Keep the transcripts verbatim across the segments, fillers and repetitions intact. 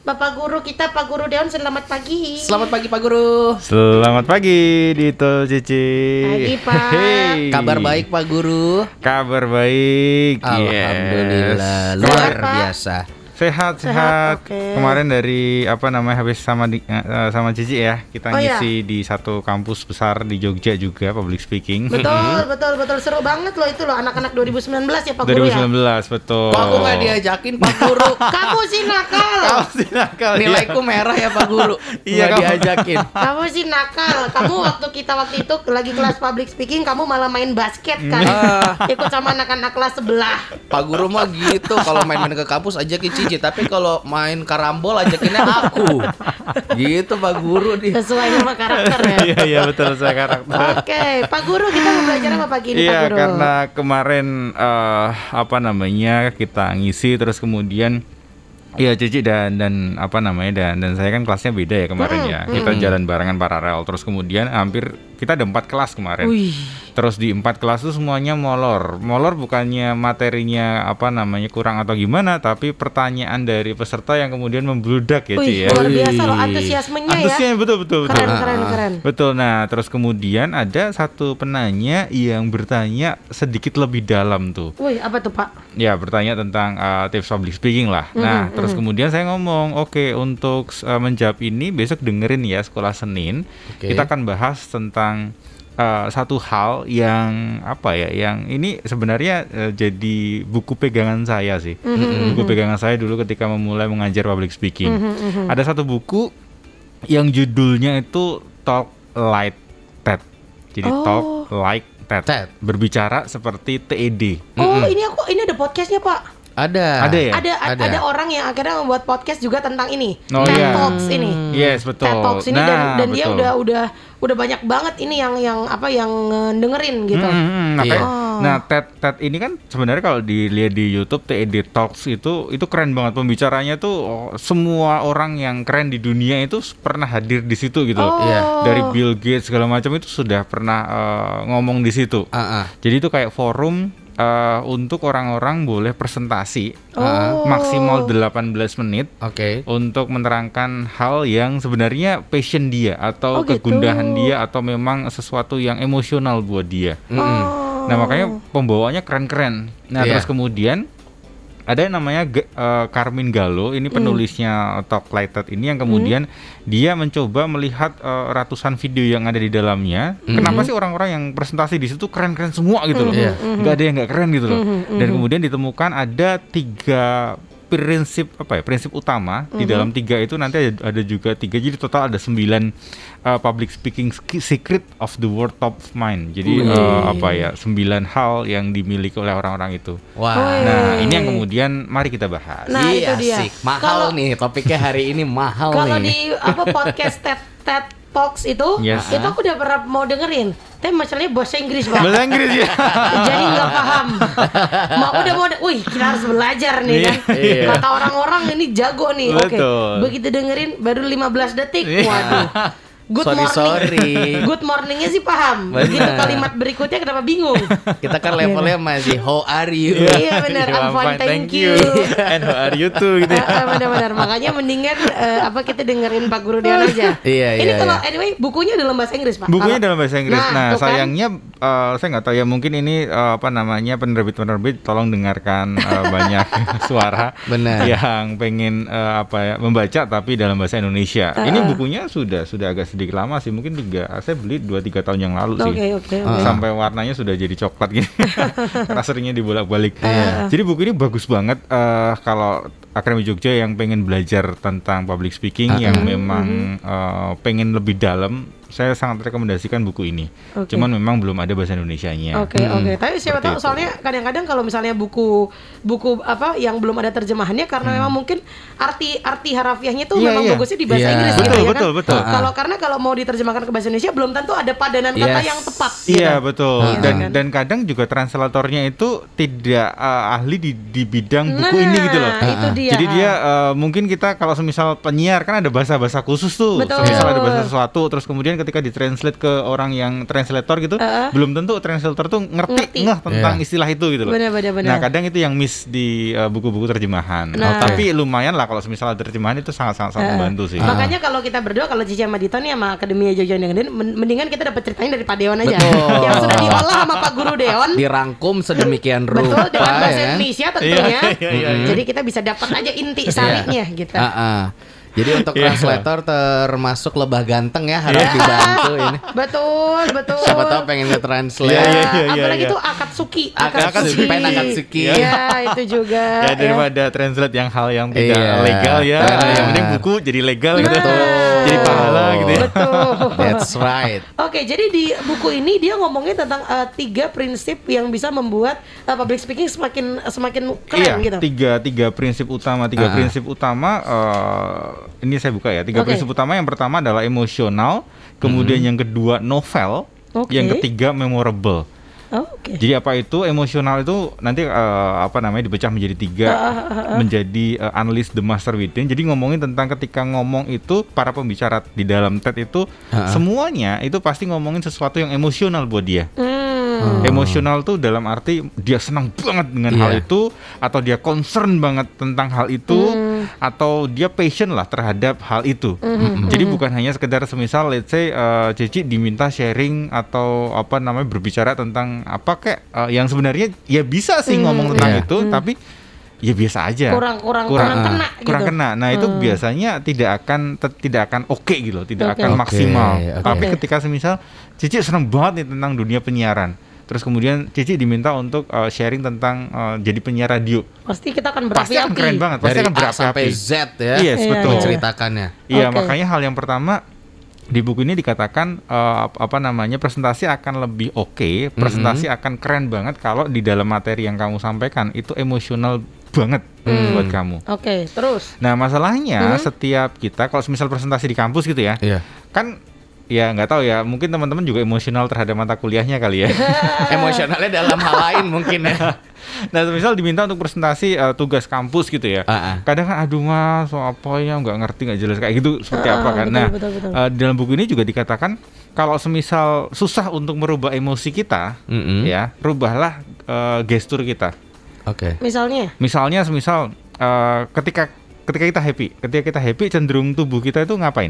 Bapak Guru kita, Pak Guru Deon, selamat pagi. Selamat pagi Pak Guru. Selamat pagi Dito Cici. Pagi Pak. Hey. Kabar baik Pak Guru? Kabar baik. Alhamdulillah, yes. luar Sehat, Pak? biasa. Sehat, Sehat, sehat. oke. Kemarin dari apa namanya habis sama di, uh, sama Cici ya, kita Oh, iya. ngisi di satu kampus besar di Jogja juga, public speaking. Betul, betul, betul, seru banget loh itu loh, anak-anak dua ribu sembilan belas ya Pak Guru dua ribu ya. sembilan belas betul. Kok aku nggak diajakin Pak Guru? Kamu sih nakal. Kamu sih nakal ya. Nilaiku merah ya Pak Guru. Iya, Nggak kamu. diajakin. Kamu sih nakal. Kamu waktu kita waktu itu lagi kelas public speaking, kamu malah main basket kan? Ah. Ikut sama anak-anak kelas sebelah. Pak Guru mah gitu, kalau main-main ke kampus ajakin Cici, tapi kalau main karambol ajakinnya aku. Gitu Pak Guru nih. Sesuai nama karakter ya. Iya, iya betul saya karakter. Oke, Pak Guru kita mau belajar apa pagi ini Pak Iya, Guru? karena kemarin eh, apa namanya kita ngisi terus kemudian iya Cici dan dan apa namanya dan dan saya kan kelasnya beda ya kemarin Mm, ya. Kita jalan barengan paralel terus kemudian hampir kita ada empat kelas kemarin. Wih. Terus di empat kelas itu semuanya molor. Molor bukannya materinya apa namanya kurang atau gimana, tapi pertanyaan dari peserta yang kemudian membludak ya, Ci Wih, ya. luar biasa loh Wih. antusiasmenya ya. Antusiasnya betul betul betul. Keren, keren, keren. Betul. Nah, terus kemudian ada satu penanya yang bertanya sedikit lebih dalam tuh. Wih, apa tuh Pak? Ya, bertanya tentang uh, tips public speaking lah. Nah, Mhm, terus kemudian saya ngomong, oke untuk uh, menjawab ini besok dengerin ya sekolah Senin. Oke. Kita akan bahas tentang uh, satu hal yang apa ya, yang ini sebenarnya uh, jadi buku pegangan saya sih. Mhm, Buku pegangan saya dulu ketika memulai mengajar public speaking. Mhm, mhm. Ada satu buku yang judulnya itu Talk Like That. Jadi Oh. Talk Like That. That. Berbicara seperti T E D. Oh, ini aku ini ada podcastnya Pak. Ada. Ada ya? Ada, a- Ada. ada orang yang akhirnya membuat podcast juga tentang ini. Oh, TED iya. Talks ini. Yes, betul. TED Talks ini Nah, dan dan dia betul. udah udah udah banyak banget ini yang yang apa yang eh, dengerin gitu. Hmm, hmm, nah, Iya. kayak- Oh. nah, TED TED ini kan sebenarnya kalau dilihat di YouTube T E D Talks itu itu keren banget pembicaranya tuh, oh, semua orang yang keren di dunia itu pernah hadir di situ gitu. Oh. Iya. Dari Bill Gates segala macam itu sudah pernah eh, ngomong di situ. Ah, ah. Jadi itu kayak forum eh, untuk orang-orang boleh presentasi Oh. maksimal delapan belas menit Oke. untuk menerangkan hal yang sebenarnya passion dia atau Oh, gitu. kegundahan dia atau memang sesuatu yang emosional buat dia. Mm-mm. Oh. Nah, makanya pembawaannya keren-keren. Nah, Iya. terus kemudian ada yang namanya G- eh, Carmine Gallo, ini penulisnya Talk Like That ini yang kemudian dia mencoba melihat eh, ratusan video yang ada di dalamnya. Kenapa sih orang-orang yang presentasi di situ keren-keren semua gitu loh? Iya. Nggak ada yang nggak keren gitu loh. Dan kemudian ditemukan ada tiga prinsip apa ya prinsip utama di dalam tiga itu nanti ada, ada juga tiga, jadi total ada sembilan uh, public speaking sk- secret of the world top of mind. Jadi Wih. uh, apa ya sembilan hal yang dimiliki oleh orang-orang itu. Wah. Nah, ini yang kemudian mari kita bahas. Nah, iya itu dia. sih. Mahal Kalau- nih topiknya hari ini mahal Kalau nih. di apa podcast TED TED Talks itu, Yes. itu aku udah pernah mau dengerin. Tapi masalahnya bahasa Inggris Pak. Bahasa Inggris ya. Jadi nggak paham. Mau udah mau, wih kita harus belajar nih kan. Iya. Kata orang-orang ini jago nih. Oke. Betul. Begitu dengerin baru lima belas detik. Iya. Waduh. Good Sorry, morning. sorry. Good morningnya sih paham. Benar. Begitu kalimat berikutnya kenapa bingung? Kita kan levelnya masih how are you? Iya benar. I'm fine, thank you. And how are you too gitu ya. Ah, ah, benar-benar. Makanya mendingan eh, apa kita dengerin Pak Guru Dian aja. Iya, Ini iya, kalau iya. anyway bukunya dalam bahasa Inggris Pak. Bukunya Kalau- dalam bahasa Inggris. Nah, Nah, tuh kan. sayangnya eh, saya nggak tahu ya, mungkin ini eh, apa namanya penerbit-penerbit tolong dengarkan eh, banyak suara Benar. yang pengen eh, apa ya membaca tapi dalam bahasa Indonesia. Ah, Ini ah. bukunya sudah sudah agak sedikit lama sih, mungkin tiga saya beli dua tiga tahun yang lalu sih. Oke oke oke. Sampai warnanya sudah jadi coklat gini. Karena seringnya dibolak-balik. Iya. Jadi buku ini bagus banget eh, kalau Akademi Jogja yang pengen belajar tentang public speaking, Ah, yang ah. memang eh, pengen lebih dalam, saya sangat rekomendasikan buku ini. Oke. Cuman memang belum ada bahasa Indonesianya. Oke Hmm. oke. Tapi siapa Seperti tahu itu. soalnya kadang-kadang kalau misalnya buku buku apa yang belum ada terjemahannya karena memang mungkin arti arti harafiahnya tuh Hmm. Iya, memang iya. bagusnya di bahasa Iya. Inggris Betul, gitu ya betul, kan. betul. Kalau karena kalau mau diterjemahkan ke bahasa Indonesia belum tentu ada padanan kata Yes. yang tepat. Iya gitu. betul. Gitu Dan kan. dan kadang juga translatornya itu tidak eh, ahli di di bidang buku Nah, ini gitu loh. itu dia. Jadi dia eh, mungkin kita kalau semisal penyiar kan ada bahasa-bahasa khusus tuh. Betul. Semisal ada bahasa sesuatu terus kemudian kemudian ketika ditranslate ke orang yang translator gitu, Uh-uh. belum tentu translator tuh ngerti, Ngerti. ngeh tentang Yeah. istilah itu gitu loh. Benar, benar, benar. Nah kadang itu yang miss di uh, buku-buku terjemahan. Nah. Tapi lumayan lah kalau misalnya terjemahan itu sangat-sangat Uh-uh. membantu sih. Makanya kalau kita berdua, kalau Cici sama Dito nih sama Akademia Jogja yang Geden, men- mendingan kita dapat ceritanya dari Pak Deon aja. Betul. Yang sudah diolah sama Pak Guru Deon. Dirangkum sedemikian rupa. Betul, dengan bahasa ya. Indonesia tentunya. Iya, iya, iya, iya. Jadi kita bisa dapat aja inti sarinya gitu. Ah, ah. Jadi untuk Iya. translator termasuk lebah ganteng ya, harus dibantu ini. Betul, betul. Siapa tahu pengen nge-translate. Iya, Ya, iya, iya, apalagi iya. tuh Akatsuki, Akatsuki, pen Akatsuki. Ya, itu juga. Ya daripada translate yang hal yang tidak Iya. legal ya, Benar. yang penting buku jadi legal gitu, Betul. jadi pahala gitu ya. Betul. That's right. Oke, jadi di buku ini dia ngomongin tentang uh, tiga prinsip yang bisa membuat uh, public speaking semakin semakin keren Iya, gitu. tiga tiga prinsip utama, tiga Ah. prinsip utama. uh, ini saya buka ya. Tiga Oke. prinsip utama. Yang pertama adalah emosional, kemudian yang kedua novel, Oke. yang ketiga memorable. Oh, oke. Jadi apa itu emosional itu nanti uh, apa namanya dipecah menjadi tiga, menjadi uh, Unleash the Master Within. Jadi ngomongin tentang ketika ngomong itu para pembicara di dalam T E D itu Ah. semuanya itu pasti ngomongin sesuatu yang emosional buat dia. Hmm. Emosional tuh dalam arti dia senang banget dengan Iya. hal itu, atau dia concern banget tentang hal itu, atau dia passion lah terhadap hal itu. Jadi bukan hanya sekedar semisal let's say uh, Cici diminta sharing atau apa namanya berbicara tentang apa kayak uh, yang sebenarnya ya bisa sih ngomong tentang Iya. itu, tapi ya biasa aja. Kurang kurang Kurang, kurang ah, kena kurang gitu. kena. Nah itu biasanya tidak akan te- tidak akan oke gitu loh, tidak Oke. akan Oke, maksimal. oke. Tapi Oke. ketika semisal Cici senang banget nih tentang dunia penyiaran, terus kemudian Cici diminta untuk uh, sharing tentang uh, jadi penyiar radio, Pasti kita akan pasti akan berapi-api. keren banget, pasti Dari akan A sampai berapi-api. Z ya. Yes, Iya, betul. iya. Menceritakannya. Iya, Oke. makanya hal yang pertama di buku ini dikatakan uh, ap- apa namanya presentasi akan lebih oke, presentasi akan keren banget kalau di dalam materi yang kamu sampaikan itu emosional banget buat kamu. Oke, terus. Nah masalahnya setiap kita kalau misal presentasi di kampus gitu ya, Iya. kan ya nggak tahu ya, mungkin teman-teman juga emosional terhadap mata kuliahnya kali ya. Emosionalnya dalam hal lain mungkin ya. Nah misal diminta untuk presentasi uh, tugas kampus gitu ya, Ah, ah. kadang kan aduh mas so apa ya nggak ngerti nggak jelas kayak gitu seperti Ah, apa kan. betul, Nah betul, betul. uh, dalam buku ini juga dikatakan kalau semisal susah untuk merubah emosi kita, Mm-mm. ya rubahlah uh, gestur kita. Oke. Misalnya, Misalnya semisal uh, ketika ketika kita happy, ketika kita happy cenderung tubuh kita itu ngapain?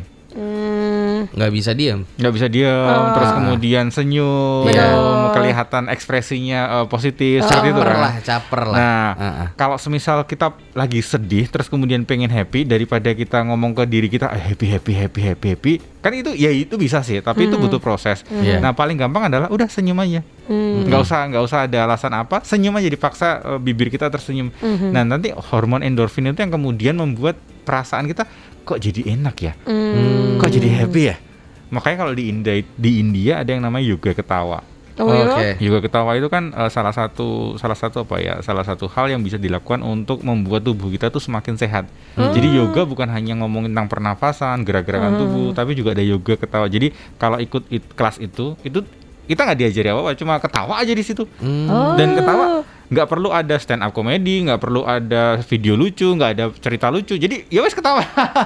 hmm, Nggak bisa diam. Nggak bisa diam, terus kemudian senyum, Betul. kelihatan ekspresinya uh, positif seperti itu Caper kan. lah, caper lah. Nah, Ah, ah. kalau semisal kita lagi sedih terus kemudian pengen happy, daripada kita ngomong ke diri kita "Eh, happy happy happy happy happy, kan itu ya itu bisa sih, tapi itu butuh proses. Iya. Nah, paling gampang adalah udah senyum aja. hmm, Nggak usah nggak usah ada alasan apa, senyum aja, dipaksa uh, bibir kita tersenyum. Nah, nanti hormon endorfin itu yang kemudian membuat perasaan kita kok jadi enak ya. hmm. Kok jadi happy ya? Makanya kalau di India di India ada yang namanya yoga ketawa. Oh, iya? Oke. Yoga ketawa itu kan uh, salah satu salah satu apa ya? Salah satu hal yang bisa dilakukan untuk membuat tubuh kita tuh semakin sehat. Jadi yoga bukan hanya ngomongin tentang pernafasan, gerak-gerakan tubuh, tapi juga ada yoga ketawa. Jadi kalau ikut it- kelas itu, itu kita nggak diajari apa-apa, cuma ketawa aja di situ. Hmm. Oh. Dan ketawa nggak perlu ada stand up comedy, nggak perlu ada video lucu, nggak ada cerita lucu. Jadi ya wes ketawa,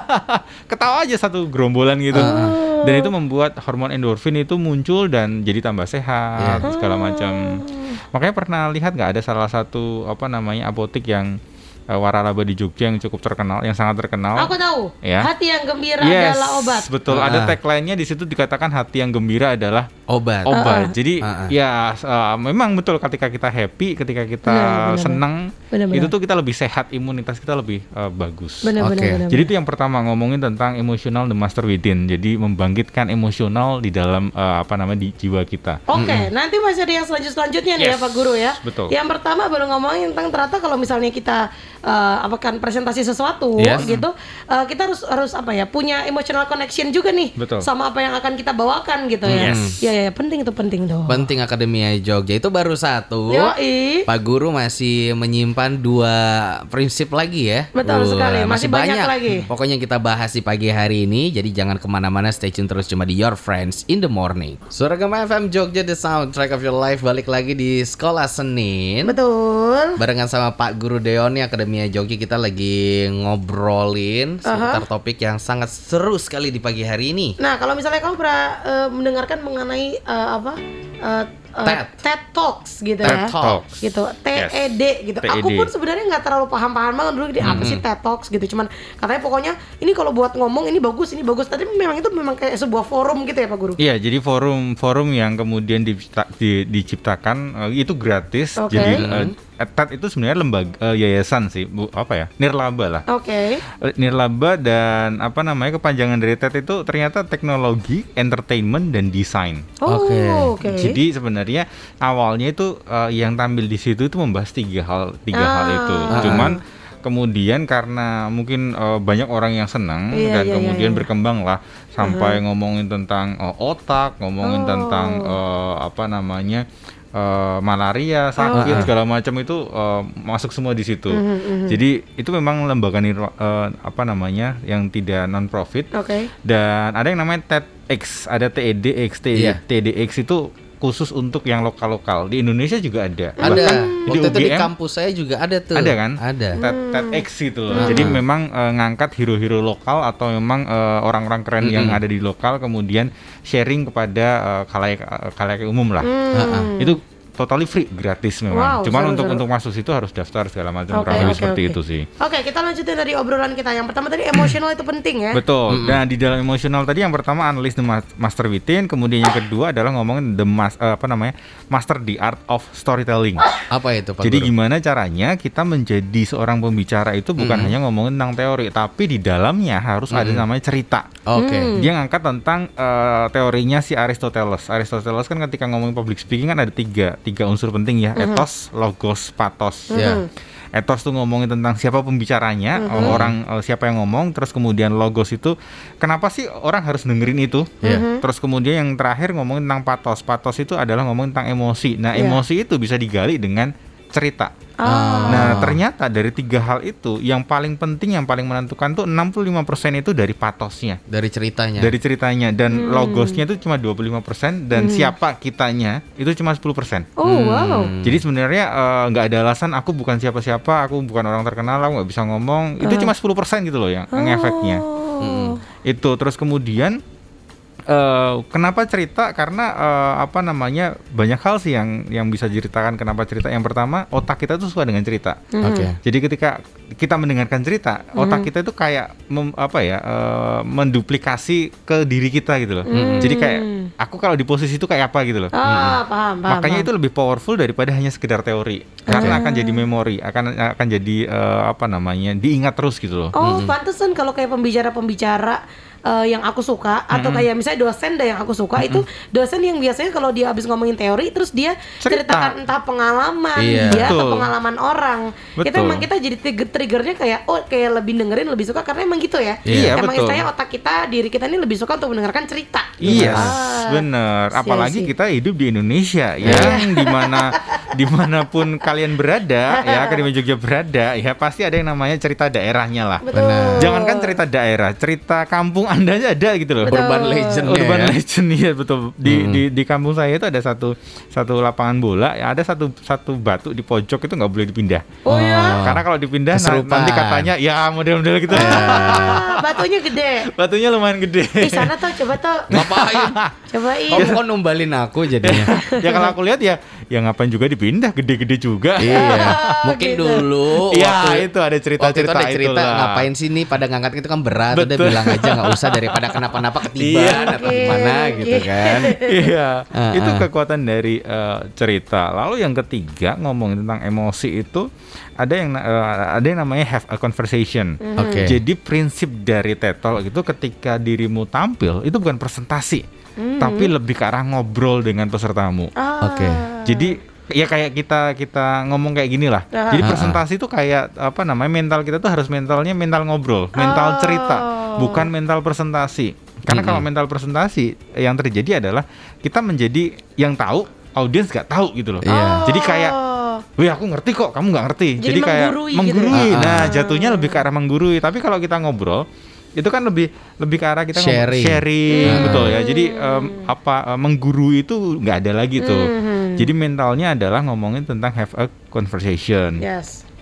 ketawa aja satu gerombolan gitu. Dan itu membuat hormon endorfin itu muncul dan jadi tambah sehat segala macam. Makanya pernah lihat nggak ada salah satu apa namanya apotik yang uh, waralaba di Jogja yang cukup terkenal, yang sangat terkenal. Aku tahu. Ya. Hati yang gembira Yes, adalah obat. betul. Ah. Ada tagline-nya di situ dikatakan hati yang gembira adalah Obat. obat. Jadi Ah, ah. ya uh, memang betul ketika kita happy, ketika kita Benar, benar, senang, benar, itu benar. tuh kita lebih sehat, imunitas kita lebih uh, bagus. Benar, Oke. benar, benar. Jadi itu yang pertama, ngomongin tentang emosional the master within. Jadi membangkitkan emosional di dalam uh, apa namanya di jiwa kita. Oke, nanti masih ada yang selanjut selanjutnya nih Yes, ya Pak Guru ya. betul. Yang pertama baru ngomongin tentang ternyata kalau misalnya kita uh, apa kan presentasi sesuatu Yes. gitu, uh, kita harus harus apa ya punya emotional connection juga nih Betul. sama apa yang akan kita bawakan gitu ya. Yes. Ya, ya, penting itu penting dong. Penting Akademia Jogja itu baru satu. Yoi. Pak Guru masih menyimpan dua prinsip lagi ya. Betul sekali, masih banyak lagi. Pokoknya kita bahas di pagi hari ini. Jadi jangan kemana-mana, stay tune terus cuma di Your Friends in the Morning. Suara Gema F M Jogja, the soundtrack of your life. Balik lagi di Sekolah Senin. Betul. Barengan sama Pak Guru Deon nih, Akademia Akademia Joki kita lagi ngobrolin seputar topik yang sangat seru sekali di pagi hari ini. Nah, kalau misalnya kamu pernah uh, mendengarkan mengenai uh, apa? Uh, uh, TED. TED Talks gitu TED ya. Talks. Gitu, T E D gitu. T E D. Aku pun sebenarnya nggak terlalu paham-paham banget dulu ini apa sih TED Talks gitu. Cuman katanya pokoknya ini kalau buat ngomong ini bagus, ini bagus. Tapi memang itu memang kayak sebuah forum gitu ya, Pak Guru. Iya, jadi forum-forum yang kemudian dicipta, di, diciptakan uh, itu gratis. Oke. Jadi uh, TED itu sebenarnya lembaga uh, yayasan sih, bu, apa ya? Nirlaba lah. Oke. Uh, Nirlaba dan apa namanya kepanjangan dari TED itu ternyata teknologi, entertainment dan desain. Oh, Oke. oke. Jadi sebenarnya awalnya itu uh, yang tampil di situ itu membahas tiga hal, tiga Ah. hal itu. Ah. Cuman kemudian karena mungkin uh, banyak orang yang senang Iya, dan iya, kemudian iya, iya. berkembang lah sampai ngomongin tentang uh, otak, ngomongin Oh. tentang uh, apa namanya uh, malaria, sakit Oh. segala macam itu uh, masuk semua di situ. Mhm, mhm. Jadi itu memang lembaga nir- uh, apa namanya yang tidak non profit. Oke. Dan ada yang namanya TEDx, ada T E D X, T Iya. D X itu khusus untuk yang lokal-lokal. Di Indonesia juga ada. Ada. Bahkan Waktu itu di U G M kampus saya juga ada tuh. ada kan? Ada. TED, TEDx gitu loh. Hmm. Jadi memang eh, ngangkat hero-hero lokal atau memang eh, orang-orang keren yang Mm-mm. ada di lokal kemudian sharing kepada eh, khalayak eh, khalayak umum lah. Hmm. Itu totally free, gratis memang. Wow, Cuman seru, untuk seru. untuk masuk situ harus daftar segala macam Oke, kurang lebih oke, seperti oke. itu sih. Oke, kita lanjutin dari obrolan kita. Yang pertama tadi emosional itu penting ya. Betul. Mm-mm. Dan di dalam emosional tadi yang pertama analis the ma- master within, kemudian yang kedua adalah ngomongin the mas- eh, apa namanya? master the art of storytelling. Apa itu Pak Jadi Guru? gimana caranya kita menjadi seorang pembicara itu bukan Mm-mm. hanya ngomongin tentang teori, tapi di dalamnya harus ada Mm-mm. namanya cerita. Oke. Hmm. Dia ngangkat tentang eh, teorinya si Aristoteles. Aristoteles kan ketika ngomongin public speaking kan ada tiga tiga unsur penting ya, ethos, logos, pathos. Ya. Ethos tuh ngomongin tentang siapa pembicaranya, orang eh, siapa yang ngomong, terus kemudian logos itu kenapa sih orang harus dengerin itu? Iya. Terus kemudian yang terakhir ngomongin tentang pathos. Pathos itu adalah ngomongin tentang emosi. Nah, Iya. emosi itu bisa digali dengan cerita. Ah. Nah, ternyata dari tiga hal itu yang paling penting, yang paling menentukan tuh enam puluh lima persen itu dari pathosnya. Dari ceritanya. Dari ceritanya dan logosnya itu cuma dua puluh lima persen dan siapa kitanya itu cuma sepuluh persen. Oh, wow. Jadi sebenarnya eh, nggak ada alasan aku bukan siapa-siapa, aku bukan orang terkenal, aku nggak bisa ngomong. Itu cuma sepuluh persen gitu loh yang ngefeknya. Oh. Itu terus kemudian eh, kenapa cerita? Karena eh, apa namanya banyak hal sih yang yang bisa diceritakan kenapa cerita. Yang pertama otak kita tuh suka dengan cerita. Oke. Jadi ketika kita mendengarkan cerita, otak kita itu kayak mem- apa ya eh, menduplikasi ke diri kita gitu loh. Jadi kayak aku kalau di posisi itu kayak apa gitu loh. Ah, paham, paham. Makanya paham. itu lebih powerful daripada hanya sekedar teori. Karena akan jadi memori, akan akan jadi eh, apa namanya diingat terus gitu loh. Oh, pantesan kalau kayak pembicara-pembicara eh, yang aku suka atau kayak misalnya dosen deh yang aku suka itu dosen yang biasanya kalau dia habis ngomongin teori terus dia Cerita. ceritakan entah pengalaman Iya. dia atau Betul. pengalaman orang. Kita Betul. emang kita jadi trigger triggernya kayak oh kayak lebih dengerin lebih suka karena emang gitu ya. Iya, emang betul. istilahnya otak kita diri kita ini lebih suka untuk mendengarkan cerita. Iya, Ah. bener. Iya Apalagi sih. kita hidup di Indonesia, yang dimana dimanapun kalian berada, ya Akademi Jogja berada, ya pasti ada yang namanya cerita daerahnya lah. Betul. Benar. Jangankan cerita daerah, cerita kampung Anda aja ada gitu loh. Betul. Urban legend. Urban ya. legend iya betul. Di, di di kampung saya itu ada satu satu lapangan bola, ya ada satu satu batu di pojok itu nggak boleh dipindah. Oh ya. Karena kalau dipindah na- Keserupaan. nanti katanya ya model-model gitu. Ah, batunya gede. Batunya lumayan gede. Di sana tuh coba tuh Ngapain? cobain. Kamu kok numbalin aku jadinya? Ya kalau aku lihat ya ya ngapain juga dipindah, gede-gede juga. Iya. Mungkin gitu. dulu Iya, waktu itu ada waktu itu cerita-cerita ada cerita itulah. ngapain sih nih pada ngangkat itu kan berat. Udah Betul. bilang aja nggak usah daripada kenapa-napa ketiban Iya. atau Oke, gimana oke. gitu kan. Iya, Ah, itu ah. kekuatan dari eh, cerita. Lalu yang ketiga ngomongin tentang emosi itu ada yang eh, ada yang namanya have a conversation. Oke. Jadi prinsip dari TED Talk itu ketika dirimu tampil itu bukan presentasi, tapi lebih ke arah ngobrol dengan pesertamu. Ah. Oke. Jadi ya kayak kita kita ngomong kayak gini lah. Ah. Jadi Ah, presentasi itu kayak apa namanya mental kita tuh harus mentalnya mental ngobrol, mental Oh. cerita, bukan mental presentasi. Karena Mm-mm. kalau mental presentasi yang terjadi adalah kita menjadi yang tahu, audiens nggak tahu gitu loh. Iya. Jadi kayak Oh. wih aku ngerti kok, kamu nggak ngerti. Jadi kayak menggurui gitu menggurui. ya? Nah Ah. jatuhnya lebih ke arah menggurui. Tapi kalau kita ngobrol itu kan lebih lebih ke arah kita ngomong- Sharing. sharing Hmm. betul ya. Jadi em, apa em, menggurui itu nggak ada lagi tuh. Mhm. Jadi mentalnya adalah ngomongin tentang have a conversation. Yes.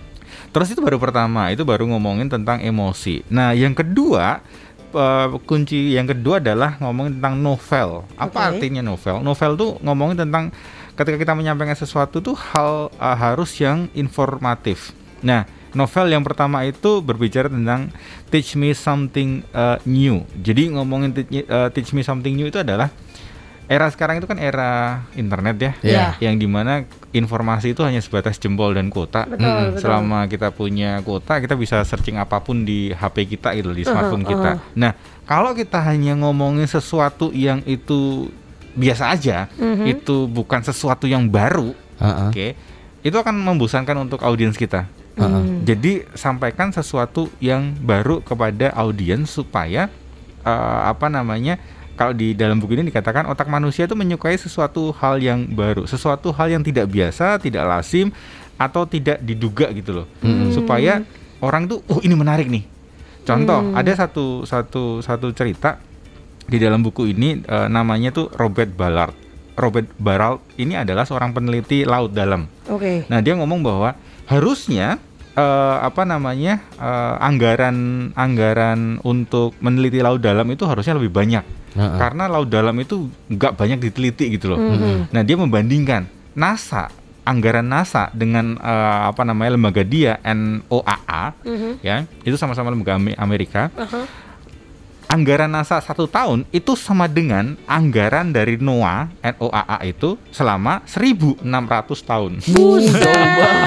Terus itu baru pertama, itu baru ngomongin tentang emosi. Nah, yang kedua, uh, kunci yang kedua adalah ngomongin tentang novel. Apa Okay. artinya novel? Novel tuh ngomongin tentang ketika kita menyampaikan sesuatu tuh hal uh, harus yang informatif. Nah, novel yang pertama itu berbicara tentang teach me something uh, new. Jadi ngomongin teach, uh, teach me something new itu adalah era sekarang itu kan era internet ya, Iya. yang dimana informasi itu hanya sebatas jempol dan kuota. Betul, Mm-mm. betul. Selama kita punya kuota, kita bisa searching apapun di H P kita gitu, di smartphone Uh-huh, kita. Nah, kalau kita hanya ngomongin sesuatu yang itu biasa aja, Mhm. itu bukan sesuatu yang baru, Uh-uh. oke, itu akan membosankan untuk audiens kita. Hmm. Jadi sampaikan sesuatu yang baru kepada audiens supaya uh, apa namanya? Kalau di dalam buku ini dikatakan otak manusia itu menyukai sesuatu hal yang baru, sesuatu hal yang tidak biasa, tidak lazim atau tidak diduga gitu loh. Supaya orang tuh, oh ini menarik nih. Contoh, Hmm. ada satu satu satu cerita di dalam buku ini uh, namanya tuh Robert Ballard. Robert Ballard ini adalah seorang peneliti laut dalam. Oke. Nah, dia ngomong bahwa harusnya eh, apa namanya eh, anggaran anggaran untuk meneliti laut dalam itu harusnya lebih banyak. Uh-uh. Karena laut dalam itu nggak banyak diteliti gitu loh. Mhm. Nah, dia membandingkan NASA, anggaran NASA dengan eh, apa namanya lembaga dia N O A A, Mhm. ya, itu sama-sama lembaga Ame- Amerika. Aha. Anggaran NASA satu tahun itu sama dengan anggaran dari NOAA N O A A itu selama seribu enam ratus tahun. Jauh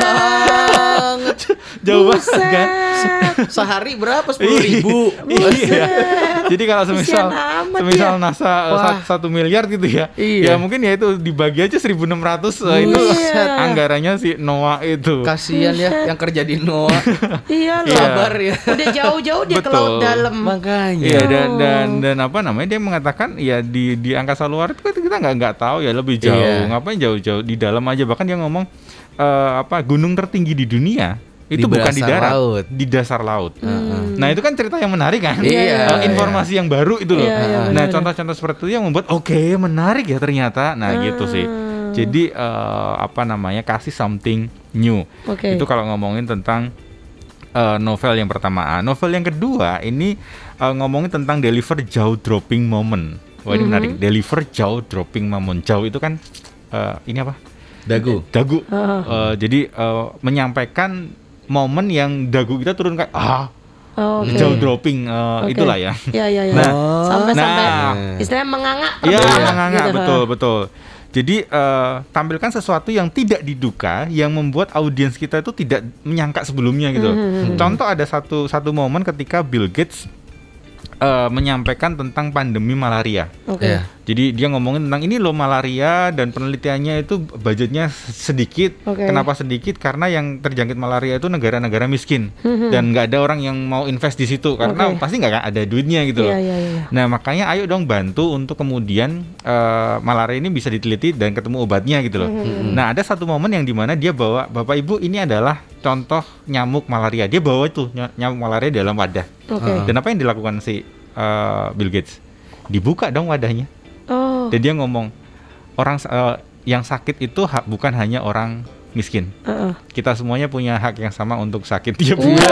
banget. Jauh banget kan? Sehari berapa? Sepuluh ribu. Iya. Jadi kalau semisal Kasian amat semisal ya. NASA eh, Wah. sat- satu miliar gitu ya. Iya. Ya mungkin ya itu dibagi aja seribu enam ratus eh, itu Buset. anggarannya si NOAA itu. Kasian ya yang kerja di Noah. Iya loh. Iya. Sabar ya. Udah jauh-jauh dia ke Betul. laut dalam. Makanya. Iya, dan Oh. dan dan apa namanya, dia mengatakan ya di di angkasa luar itu kan kita nggak nggak tahu ya, lebih jauh. Iya. Ngapain jauh-jauh, di dalam aja. Bahkan dia ngomong eh, apa gunung tertinggi di dunia itu Di bukan di dasar darat, laut. di dasar laut. Hmm. Nah, itu kan cerita yang menarik kan? Iya, Eh, iya. informasi yang baru itu loh. Iya, iya, Nah, benar-benar. contoh-contoh seperti itu yang membuat oke, menarik ya ternyata. Nah, gitu sih. Ah. Jadi eh, apa namanya, kasih something new. Oke. Itu kalau ngomongin tentang eh, novel yang pertama. Ah, novel yang kedua ini eh, ngomongin tentang deliver jaw dropping moment. Wah, ini Mhm. menarik. Deliver jaw dropping moment. Jaw itu kan eh, ini apa? Dagu. Dagu. Ah. Eh, jadi eh, menyampaikan momen yang dagu kita turun kayak ah, Oh, oke. jaw dropping eh, Oke. itulah ya. Iya, iya, iya. Nah, Sampai-sampai nah. istilahnya menganga, Iya, terbelakang enggak, gitu. betul, betul. Jadi eh, tampilkan sesuatu yang tidak diduga, yang membuat audiens kita itu tidak menyangka sebelumnya gitu. Mhm. Contoh ada satu satu momen ketika Bill Gates eh, menyampaikan tentang pandemi malaria. Oke. Iya. Jadi dia ngomongin tentang ini loh malaria, dan penelitiannya itu budgetnya sedikit. Oke. Kenapa sedikit? Karena yang terjangkit malaria itu negara-negara miskin, Mhm. dan nggak ada orang yang mau invest di situ karena Oke. pasti nggak akan ada duitnya gitu loh. Iya, iya, iya. Nah, makanya ayo dong bantu untuk kemudian eh, malaria ini bisa diteliti dan ketemu obatnya gitu loh. Mhm. Nah, ada satu momen yang dimana dia bawa, Bapak Ibu ini adalah contoh nyamuk malaria. Dia bawa itu ny- nyamuk malaria dalam wadah. Oke. Dan apa yang dilakukan si eh, Bill Gates? Dibuka dong wadahnya. Oh. Dan dia ngomong, orang eh, yang sakit itu ha- bukan hanya orang miskin. Heeh. Kita semuanya punya hak yang sama untuk sakit. Dia Wow. punya.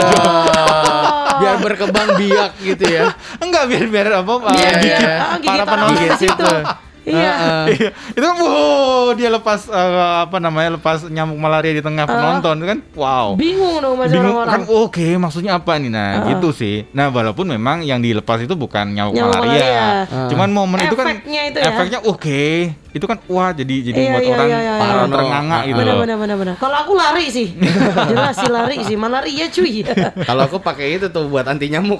Biar berkembang biak gitu ya. Enggak, biar biar apa? eh, Iya, bikin iya. Ah, gigit para orang penonton di situ. itu. Iya. Heeh. Iya, itu kan wow, dia lepas eh, apa namanya, lepas nyamuk malaria di tengah penonton itu kan wow. Bingung dong masih Bingung orang-orang. kan, oke maksudnya apa nih, nah Ah. gitu sih. Nah, walaupun memang yang dilepas itu bukan nyamuk, Nyamuk malaria, malaria. Ah. cuman momen itu kan Efeknya itu ya. efeknya oke, itu kan wah jadi jadi Iya, buat iya, orang iya, iya, parah, iya. terenganga gitu Benar, loh. benar, benar, benar. Kalau aku lari sih, jelas sih lari sih, malaria cuy. Kalau aku pakai itu tuh buat anti nyamuk.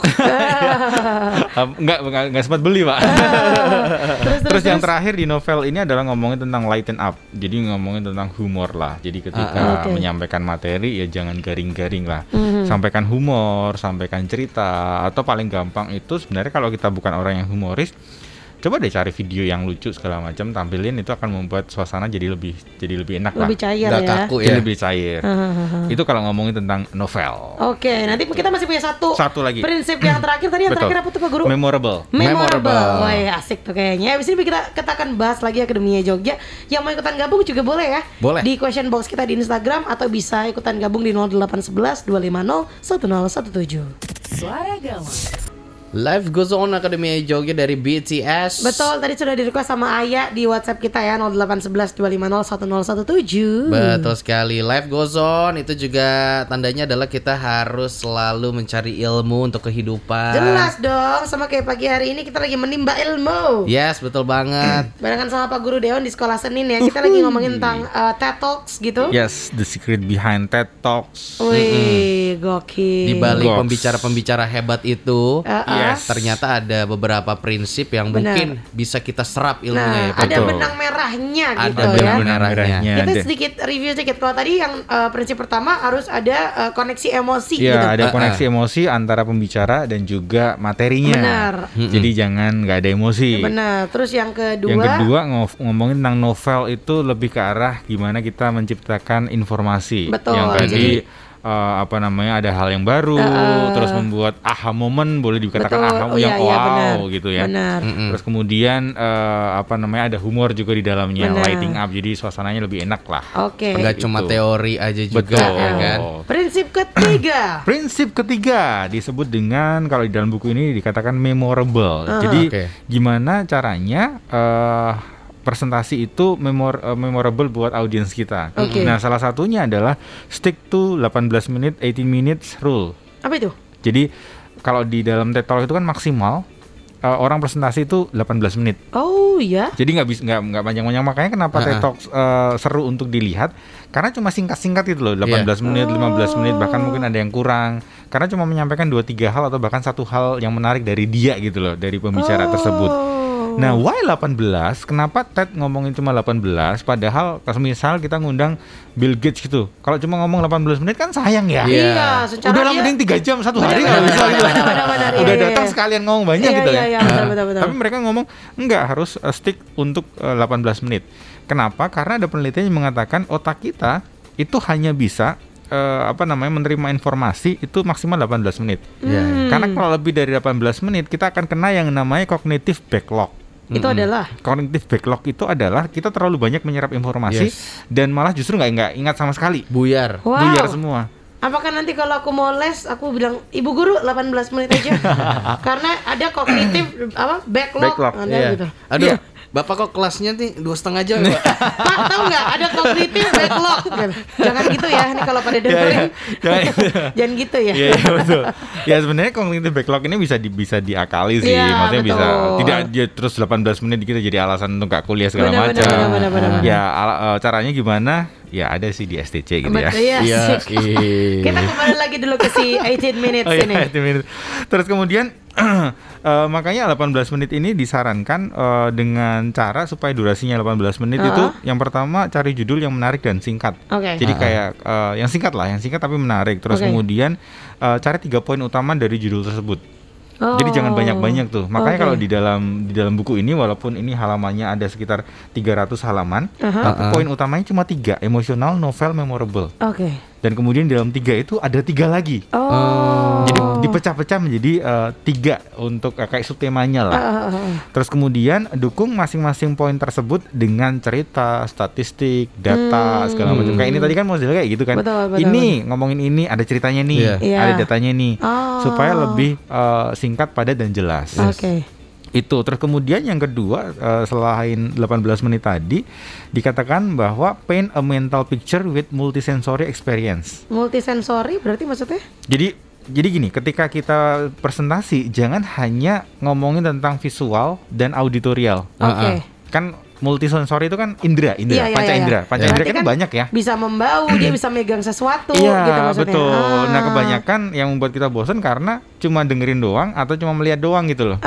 Ah, enggak, enggak enggak sempat beli, Pak. terus, Terus yang terakhir di novel ini adalah ngomongin tentang lighten up. Jadi ngomongin tentang humor lah. Jadi ketika Ah, oke. menyampaikan materi ya jangan garing-garing lah. Mhm. Sampaikan humor, sampaikan cerita, atau paling gampang itu sebenarnya kalau kita bukan orang yang humoris, coba deh cari video yang lucu segala macam tampilin, itu akan membuat suasana jadi lebih jadi lebih enak Lebih lah. cair Nggak ya. kaku Jadi ya. lebih cair. Itu kalau ngomongin tentang novel. Oke, nanti kita masih punya satu Satu lagi. prinsip yang terakhir tadi, yang Betul. terakhir apa tuh Pak Guru? Memorable. Memorable. Memorable. Wah, ya, asik tuh kayaknya. Habis ini kita, kita akan bahas lagi Akademia Jogja. Yang mau ikutan gabung juga boleh ya. Boleh. Di question box kita di Instagram, atau bisa ikutan gabung di nol delapan satu satu dua lima nol satu nol satu tujuh. Suara Gawang. Life Goes On Akademia Jogja dari B T S. Betul, tadi sudah di request sama Aya di WhatsApp kita ya nol delapan satu satu dua lima nol satu nol satu tujuh. Betul sekali. Life Goes On itu juga tandanya adalah kita harus selalu mencari ilmu untuk kehidupan. Jelas dong, sama kayak pagi hari ini kita lagi menimba ilmu. Yes, betul banget. Barengan sama Pak Guru Deon di sekolah Senin ya. Kita lagi ngomongin tentang uh, TED Talks gitu. Yes, the secret behind TED Talks. Wih, gokil. Di balik Goks. pembicara-pembicara hebat itu, Uh, uh. Yes. ternyata ada beberapa prinsip yang Benar. mungkin bisa kita serap ilmunya Nah, ya, Pak. ada Betul. benang merahnya Ada gitu benang ya. merah. merahnya. Kita Ada- sedikit review sedikit. Kalau tadi yang uh, prinsip pertama harus ada uh, koneksi emosi Ya, gitu. ada Ah, koneksi emosi antara pembicara dan juga materinya. Benar. Jadi jangan nggak ada emosi. Benar. Terus yang kedua, Yang kedua ngof- ngomongin tentang novel itu lebih ke arah gimana kita menciptakan informasi. Betul. Yang tadi Jadi- eh, apa namanya ada hal yang baru, Uh, terus membuat aha moment, boleh dikatakan betul. aha Oh, yang iya, iya, wow benar. gitu ya. Benar. Mm-mm. Terus kemudian eh, apa namanya ada humor juga di dalamnya, Benar. lighting up, jadi suasananya lebih enak lah. Oke. Nggak cuma Itu. teori aja juga Betul. ya kan. Prinsip ketiga. Prinsip ketiga disebut dengan, kalau di dalam buku ini dikatakan memorable. Uh-huh. Jadi Oke. gimana caranya eh, presentasi itu memor eh, memorable buat audiens kita. Oke. Nah, salah satunya adalah stick to delapan belas menit, delapan minutes rule. Apa itu? Jadi kalau di dalam TED Talk itu kan maksimal eh, orang presentasi itu delapan belas menit. Oh iya. Jadi nggak bisa nggak nggak panjang-panjang, makanya kenapa Uh-uh. TED Talk eh, seru untuk dilihat, karena cuma singkat-singkat gitu loh, delapan belas menit, lima belas menit, bahkan mungkin ada yang kurang. Karena cuma menyampaikan dua tiga hal atau bahkan satu hal yang menarik dari dia gitu loh, dari pembicara Oh. tersebut. Nah, why delapan belas? Kenapa TED ngomongin cuma delapan belas? Padahal kalau misal kita ngundang Bill Gates gitu, kalau cuma ngomong delapan belas menit kan sayang ya. Iya. Iya, secara Udah lah dia- mending tiga jam satu Benar, hari benar, nggak bisa benar, gitu. benar, benar, benar, iya, Udah iya, datang iya. sekalian ngomong banyak Iya, gitu iya, ya. iya, benar, benar, benar. Tapi mereka ngomong enggak, harus uh, stick untuk uh, delapan belas menit. Kenapa? Karena ada penelitian yang mengatakan otak kita itu hanya bisa uh, apa namanya menerima informasi itu maksimal delapan belas menit. Iya. Hmm. Karena kalau lebih dari delapan belas menit kita akan kena yang namanya cognitive backlog. Itu adalah Cognitive backlog itu adalah kita terlalu banyak menyerap informasi Yes. dan malah justru nggak nggak ingat sama sekali. Buyar. wow. Buyar semua. Apakah nanti kalau aku mau les, aku bilang ibu guru delapan belas menit aja, karena ada kognitif apa backlog, Backlog, ada Iya. gitu. Aduh, Iya. Bapak kok kelasnya nih dua setengah jam ya, Pak? Pak tahu nggak ada kognitif backlog? Gitu. Jangan gitu ya, ini kalau pada dengerin, Jangan jangan gitu ya. Iya, iya betul. Ya sebenarnya cognitive backlog ini bisa di, bisa diakali sih. Iya, Maksudnya bisa betul. tidak dia terus delapan belas menit kita jadi alasan untuk gak kuliah segala Benar, macam. benar, benar, benar, benar. Ya ala- eh, caranya gimana? Ya ada sih di S T C gitu ya. Betul ya. Iya. Asik. Kita kembali lagi dulu ke si delapan minutes Oh, iya, ini. delapan menit. Terus kemudian eh, makanya delapan belas menit ini disarankan eh, dengan cara supaya durasinya delapan belas menit Uh-uh. itu yang pertama cari judul yang menarik dan singkat. Oke. Jadi kayak eh, yang singkat lah, yang singkat tapi menarik. Terus Oke. kemudian eh, cari tiga poin utama dari judul tersebut. Oh. Jadi jangan banyak-banyak tuh. Makanya Oke. kalau di dalam di dalam buku ini walaupun ini halamannya ada sekitar tiga ratus halaman, Aha. tapi Uh-uh. poin utamanya cuma tiga, emosional, novel, memorable. Oke. Dan kemudian di dalam tiga itu ada tiga lagi. Oh. Jadi dipecah-pecah menjadi eh, tiga untuk eh, kayak subtemanya lah. Ah, ah, ah, ah. Terus kemudian dukung masing-masing poin tersebut dengan cerita, statistik, data, Hmm. segala macam. Kayak ini tadi kan modelnya kayak gitu kan. Betul, betul, ini ngomongin ini ada ceritanya nih, Iya. Iya. ada datanya nih, Oh. supaya lebih eh, singkat, padat dan jelas. Oke. Itu. Terus kemudian yang kedua eh, selain delapan belas menit tadi dikatakan bahwa paint a mental picture with multisensory experience. Multisensori berarti maksudnya? Jadi jadi gini, ketika kita presentasi jangan hanya ngomongin tentang visual dan auditorial. Oke. Kan multisensori itu kan indera, indera, Iya, iya, panca iya, indera. iya. Panca Berarti indera kan kan banyak ya. Bisa membau, dia bisa megang sesuatu Iya, gitu maksudnya. betul. Ah. Nah, kebanyakan yang membuat kita bosan karena cuma dengerin doang atau cuma melihat doang gitu loh.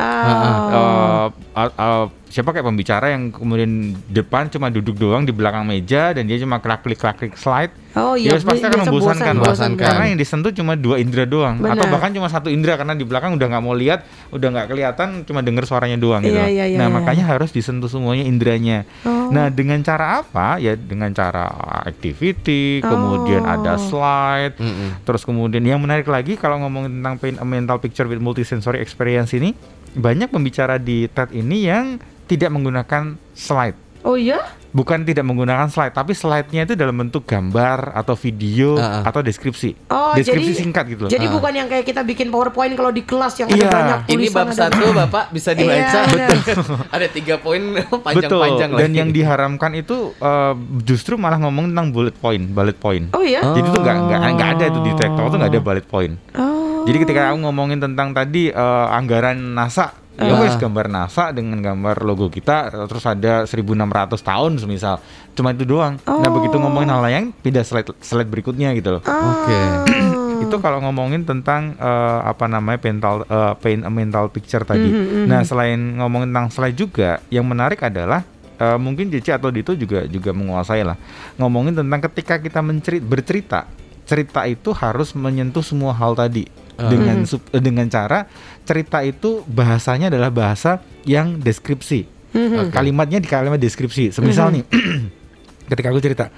Ah. Uh, uh, uh, siapa kayak pembicara yang kemudian depan cuma duduk doang di belakang meja dan dia cuma klik klik klik slide. Oh iya, Ya pasti akan biasa membosankan, bosan, bosan kan. karena yang disentuh cuma dua indera doang, Benar. atau bahkan cuma satu indera karena di belakang udah nggak mau lihat, udah nggak kelihatan, cuma denger suaranya doang gitu. Iya, iya, iya, nah iya. makanya harus disentuh semuanya inderanya. Oh. Nah dengan cara apa? Ya dengan cara activity, kemudian Oh. ada slide, Mm-mm. terus kemudian yang menarik lagi kalau ngomongin tentang paint a mental picture with multisensory experience ini, banyak pembicara di TED ini yang tidak menggunakan slide. Oh iya? Bukan tidak menggunakan slide, tapi slide-nya itu dalam bentuk gambar atau video Uh-uh. atau deskripsi. Oh, deskripsi jadi- singkat gitu loh. Jadi Ah. bukan yang kayak kita bikin PowerPoint kalau di kelas yang Iya. ada banyak tulisan. Ini bab ada- satu Bapak bisa Iya, dibaca. benar. Ada tiga poin Betul. panjang-panjang Dan lagi. yang diharamkan itu uh, justru malah ngomong tentang bullet point, bullet point. Oh iya? Oh. Jadi tuh nggak nggak nggak ada itu di TED Talk tuh nggak ada bullet point. Oh. Jadi ketika aku ngomongin tentang tadi uh, anggaran NASA, ya Ah. wes gambar NASA dengan gambar logo kita, terus ada seribu enam ratus tahun semisal, cuma itu doang. Nah Oh. begitu ngomongin hal lain, pindah slide slide berikutnya gitu loh. Oke. Itu kalau ngomongin tentang eh, apa namanya mental eh, paint a mental picture tadi. Mhm, mhm. Nah selain ngomongin tentang slide juga, yang menarik adalah eh, mungkin Cici atau Dito juga juga menguasai lah. Ngomongin tentang ketika kita mencerit bercerita, cerita itu harus menyentuh semua hal tadi Ah. dengan sub- eh, dengan cara cerita itu bahasanya adalah bahasa yang deskripsi. Mhm. Kalimatnya di kalimat deskripsi. Semisal nih, ketika aku cerita,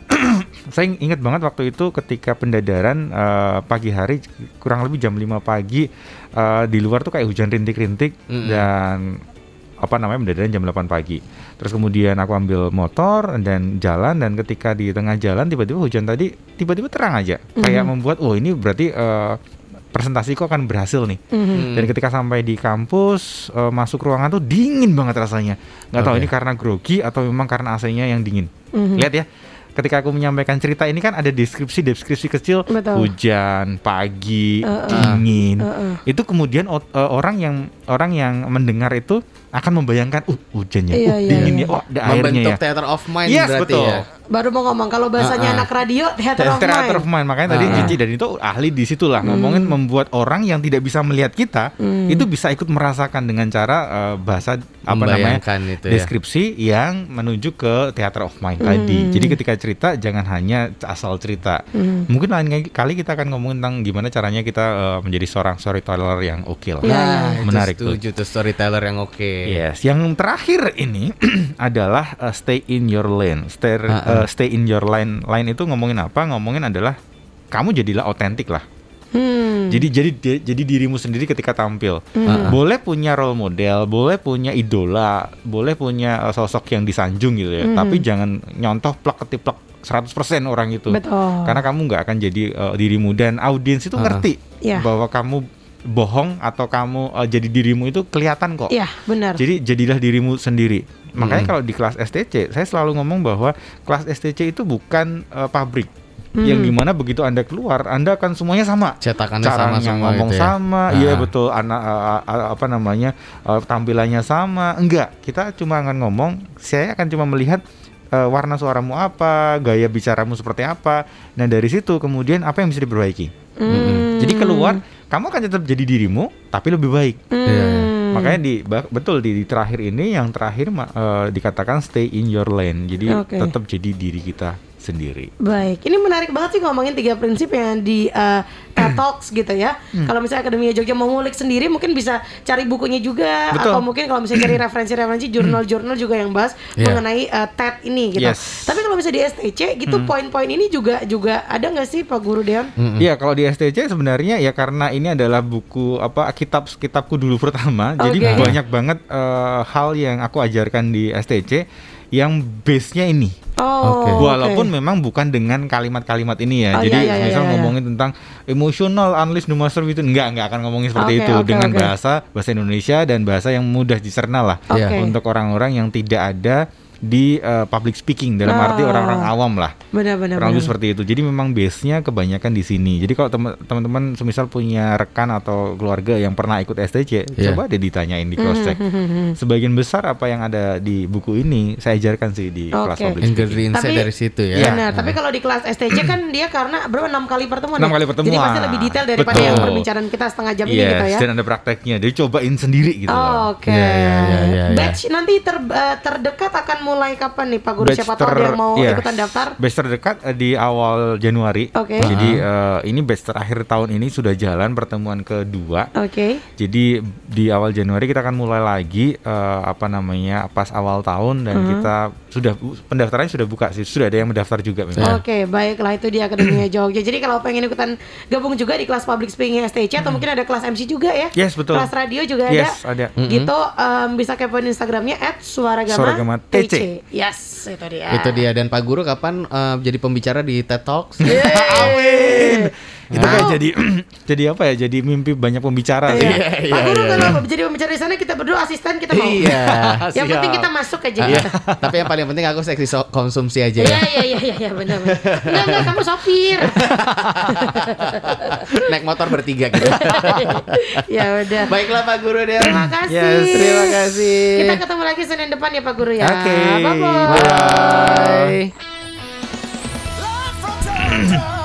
saya ingat banget waktu itu ketika pendadaran eh, pagi hari kurang lebih jam lima pagi, eh, di luar tuh kayak hujan rintik-rintik Mm-mm. dan apa namanya pendadaran jam delapan pagi. Terus kemudian aku ambil motor dan jalan, dan ketika di tengah jalan tiba-tiba hujan tadi tiba-tiba terang aja. Kayak membuat oh ini berarti eh, presentasiku akan berhasil nih. Mhm. Dan ketika sampai di kampus, eh, masuk ruangan tuh dingin banget rasanya. Nggak tahu Oke. ini karena grogi atau memang karena A C-nya yang dingin. Mhm. Lihat ya, ketika aku menyampaikan cerita ini kan ada deskripsi-deskripsi kecil, Betul. hujan, pagi, Uh-uh. dingin. Uh-uh. Itu kemudian o- eh, orang yang orang yang mendengar itu akan membayangkan, uh hujannya, Iya, uh iya, dingin iya. ya, oh ada airnya Membentuk ya. theater of mind Yes, berarti betul. ya. Baru mau ngomong kalau bahasanya Ah, ah. anak radio theater of Theater mind. of mind. Makanya tadi Ah. Cici dan itu ahli di situlah ngomongin membuat orang yang tidak bisa melihat kita Hmm. itu bisa ikut merasakan dengan cara eh, bahasa apa namanya Membayangkan itu ya. deskripsi yang menuju ke theater of mind tadi. Jadi ketika cerita jangan hanya asal cerita. Mungkin lain kali kita akan ngomongin tentang gimana caranya kita eh, menjadi seorang storyteller yang oke lah. Iya, Nah, iya. itu Menarik tuh. setuju tuh storyteller yang oke. Yes, yang terakhir ini adalah uh, stay in your lane. Stay, Ah, ah. uh, stay in your lane. Lane itu ngomongin apa? Ngomongin adalah kamu jadilah otentik lah. Hmm. Jadi jadi di- jadi dirimu sendiri ketika tampil. Ah, ah. Boleh punya role model, boleh punya idola, boleh punya uh, sosok yang disanjung gitu ya. Tapi jangan nyontoh plek ketiplek seratus persen orang itu. Betul. Karena kamu nggak akan jadi uh, dirimu, dan audiens itu Ah, ah. ngerti Iya. bahwa kamu bohong atau kamu uh, jadi dirimu itu kelihatan kok. Iya, benar. Jadi jadilah dirimu sendiri. Makanya Mm. kalau di kelas S T C, saya selalu ngomong bahwa kelas S T C itu bukan uh, pabrik. Mm. Yang dimana begitu Anda keluar, Anda akan semuanya sama. Cetakannya Caranya sama-sama ngomong gitu ya. sama, Ah. iya betul. Anak uh, uh, apa namanya uh, tampilannya sama. Enggak, kita cuma akan ngomong. Saya akan cuma melihat uh, warna suaramu apa, gaya bicaramu seperti apa. Nah dari situ kemudian apa yang bisa diperbaiki. Hmm. Jadi keluar, kamu akan tetap jadi dirimu, tapi lebih baik. Hmm. Iya. Makanya di ba- betul di, di terakhir ini yang terakhir ma- eh, dikatakan stay in your lane. Jadi Oke. tetap jadi diri kita sendiri. Baik, ini menarik banget sih ngomongin tiga prinsip yang di uh, TED Talks gitu ya. Hmm. Kalau misalnya Akademia Jogja mau ngulik sendiri, mungkin bisa cari bukunya juga, Betul. atau mungkin kalau misalnya cari referensi-referensi jurnal-jurnal juga yang bahas Yeah. mengenai uh, TED ini gitu. Yes. Tapi kalau misalnya di S T C gitu, Hmm. poin-poin ini juga juga ada nggak sih Pak Guru Deon? Mm-mm. Iya, kalau di S T C sebenarnya ya karena ini adalah buku apa kitab kitabku dulu pertama. Jadi Oke. banyak banget eh, hal yang aku ajarkan di S T C yang base-nya ini. Oh, Oke. Walaupun oke. memang bukan dengan kalimat-kalimat ini ya. Oh, Jadi iya, iya, misal iya, iya. ngomongin tentang emotional unleash the master itu enggak enggak akan ngomongin seperti Oke, itu oke, dengan oke. bahasa bahasa Indonesia dan bahasa yang mudah dicerna lah Oke. untuk orang-orang yang tidak ada di uh, public speaking dalam Oh. arti orang-orang awam lah. Benar-benar. Kurang lebih seperti itu. Jadi memang base-nya kebanyakan di sini. Jadi kalau tem- teman-teman semisal punya rekan atau keluarga yang pernah ikut S T C, Yeah. coba deh ditanyain di cross check. Sebagian besar apa yang ada di buku ini saya ajarkan sih di kelas Oke. public speaking. Ingredients Tapi- dari situ ya. Iya. Benar, tapi kalau di kelas S T C kan dia karena berapa enam kali pertemuan. Enam ya? kali pertemuan. Jadi pasti lebih detail daripada Betul. yang perbincangan kita setengah jam ini Yes, gitu ya. dan ada prakteknya. Jadi cobain sendiri gitu loh. Oh, Oke. Iya, iya, iya, iya, iya. Batch nanti ter- eh, terdekat akan mulai kapan nih Pak Guru? Batch Siapa tahu ada ter- yang mau iya. ikutan daftar? Batch terdekat eh, di awal Januari. Oke. Jadi eh, ini batch terakhir tahun ini sudah jalan pertemuan kedua. Oke. Jadi di awal Januari kita akan mulai lagi eh, apa namanya pas awal tahun dan Uh-huh. kita sudah pendaftarannya sudah buka sih, sudah ada yang mendaftar juga memang. Oke, baiklah itu dia Akademia Jogja. Jadi kalau pengen ikutan gabung juga di kelas Public Speaking S T C atau mungkin ada kelas M C juga ya? Yes, betul. Kelas radio juga Yes, ada. ada. Gitu em, bisa kepoin Instagramnya at suaragama Suaragama T C. Yes, itu dia. Itu dia. Dan Pak Guru kapan eh, jadi pembicara di TED Talks? Amin. Itu kayak Mau. jadi jadi apa ya? Jadi mimpi banyak pembicara sih. Iya. Iya, Pak iya, Guru iya, kalau jadi pembicara di sana kita berdua asisten kita mau. Iya. Yang siap. penting kita masuk aja Iya. gitu. Tapi yang paling penting aku seksi so- konsumsi aja Iya ya. iya iya iya iya benar benar. Enggak enggak kamu sopir. Naik motor bertiga gitu. Ya udah. Baiklah Pak Guru deh. Terima kasih. Yes, Terima kasih. Kita ketemu lagi Senin depan ya Pak Guru ya. Oke. Bye bye. Bye. Live from downtown.